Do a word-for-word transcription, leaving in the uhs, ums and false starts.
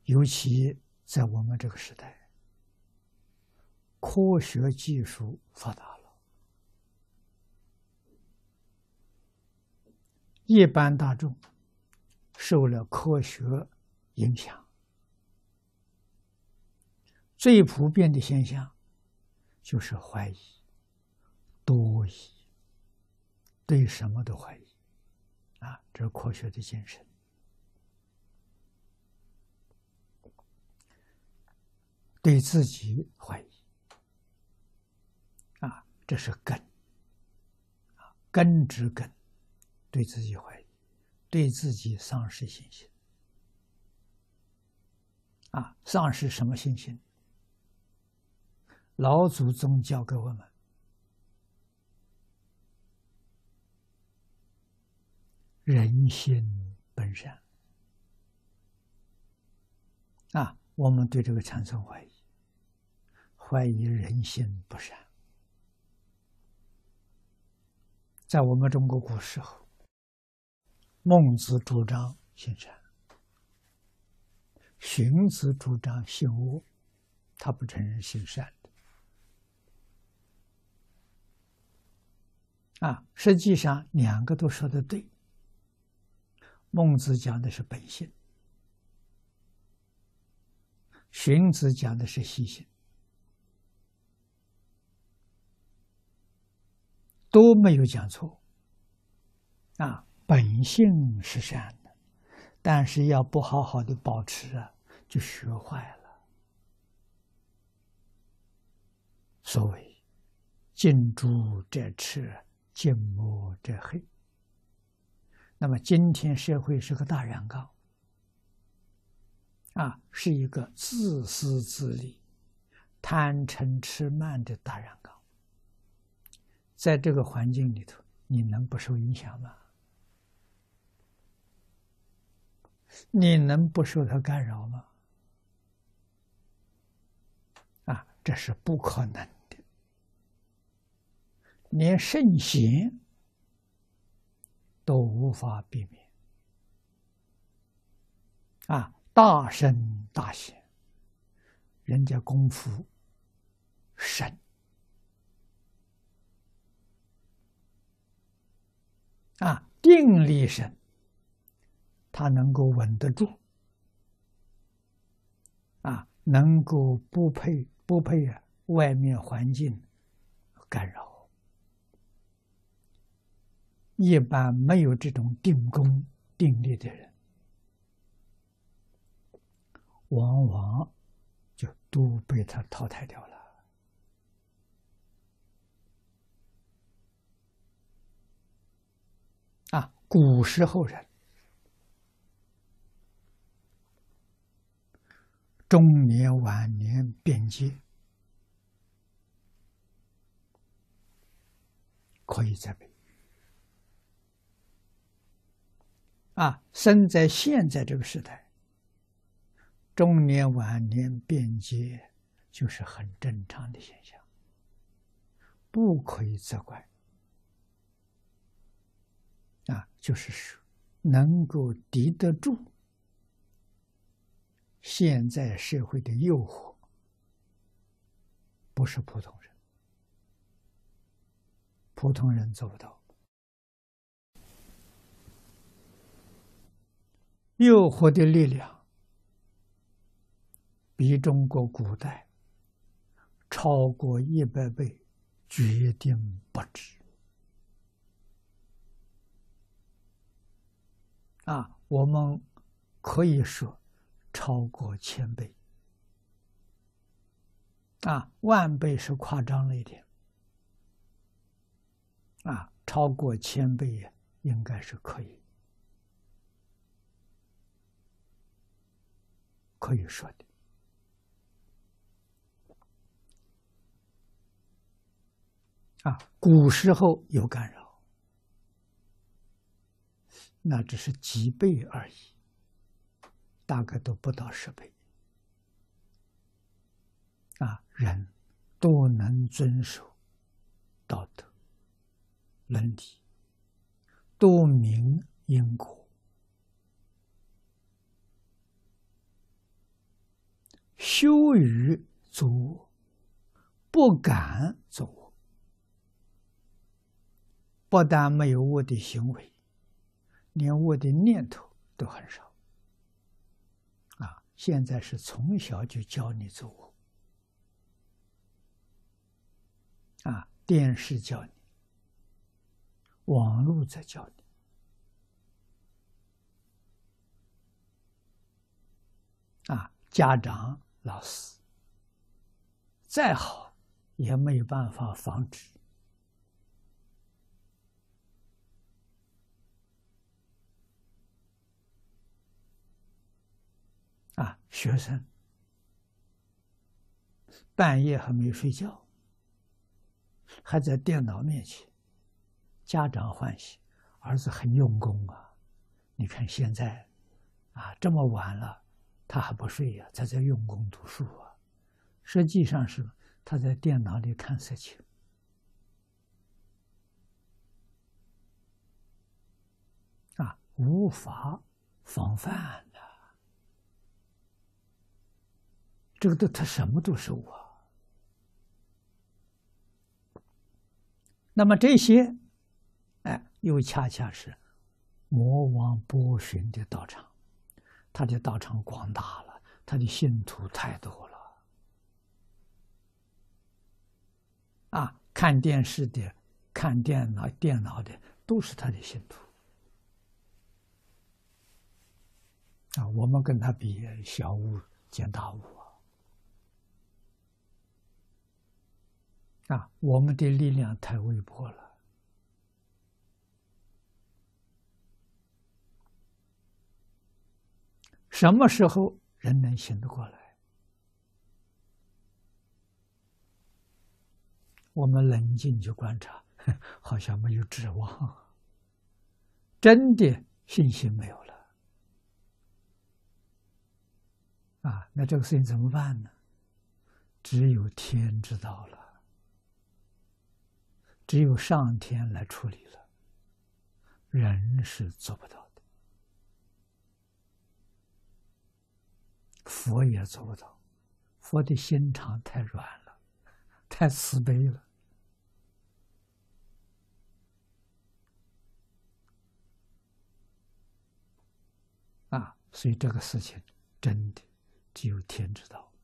尤其在我们这个时代，科学技术发达了，一般大众受了科学影响，最普遍的现象就是怀疑、多疑，对什么都怀疑啊，这是科学的精神。对自己怀疑啊，这是根啊，根之根，对自己怀疑，对自己丧失信心啊，丧失什么信心？老祖宗教给我们，人心本善啊，我们对这个产生怀疑，怀疑人心不善。在我们中国古时候，孟子主张行善，荀子主张行恶，他不承认行善的。啊，实际上两个都说的对。孟子讲的是本性，荀子讲的是习性，都没有讲错。啊，本性是善的，但是要不好好的保持啊，就学坏了。所谓近朱者赤，近墨者黑。那么今天社会是个大染缸啊，是一个自私自利、贪嗔痴慢的大染缸。在这个环境里头，你能不受影响吗？你能不受它干扰吗？啊，这是不可能的。连圣贤都无法避免。啊，大圣大贤，人家功夫深啊，定力深，他能够稳得住啊，能够不被不被啊外面环境干扰。一般没有这种定功定力的人，往往就都被他淘汰掉了。啊，古时候人中年晚年变节，可以再背。啊，生在现在这个时代，中年晚年变节就是很正常的现象，不可以责怪。啊，就是说能够抵得住现在社会的诱惑，不是普通人，普通人做不到。诱惑的力量比中国古代超过一百倍，决定不止。啊，我们可以说超过千倍。啊，万倍是夸张了一点。啊，超过千倍也应该是可以。可以说的。啊，古时候有干扰，那只是几倍而已，大概都不到十倍。啊，人都能遵守道德伦理，都明因果。 羞于作恶，不敢作恶，不但没有恶的行为，连恶的念头都很少。啊，现在是从小就教你作恶。啊，电视教你，网络在教你，啊，家长、老师再好也没有办法防止。啊，学生半夜还没睡觉，还在电脑面前，家长欢喜，儿子很用功啊。你看现在，啊，这么晚了，他还不睡呀、啊，他在用功读书啊。实际上是他在电脑里看色情。啊，无法防范的，这个都他什么都是我。那么这些，哎，又恰恰是魔王波旬的道场，他的道场广大了，他的信徒太多了。啊，看电视的、看电脑、电脑的，都是他的信徒。啊，我们跟他比，小巫见大巫啊！啊，我们的力量太微薄了。什么时候人能醒得过来？我们冷静去观察，好像没有指望，真的信心没有了。啊，那这个事情怎么办呢？只有天知道了，只有上天来处理了，人是做不到的，佛也做不到，佛的心肠太软了，太慈悲了。啊，所以这个事情真的只有天知道。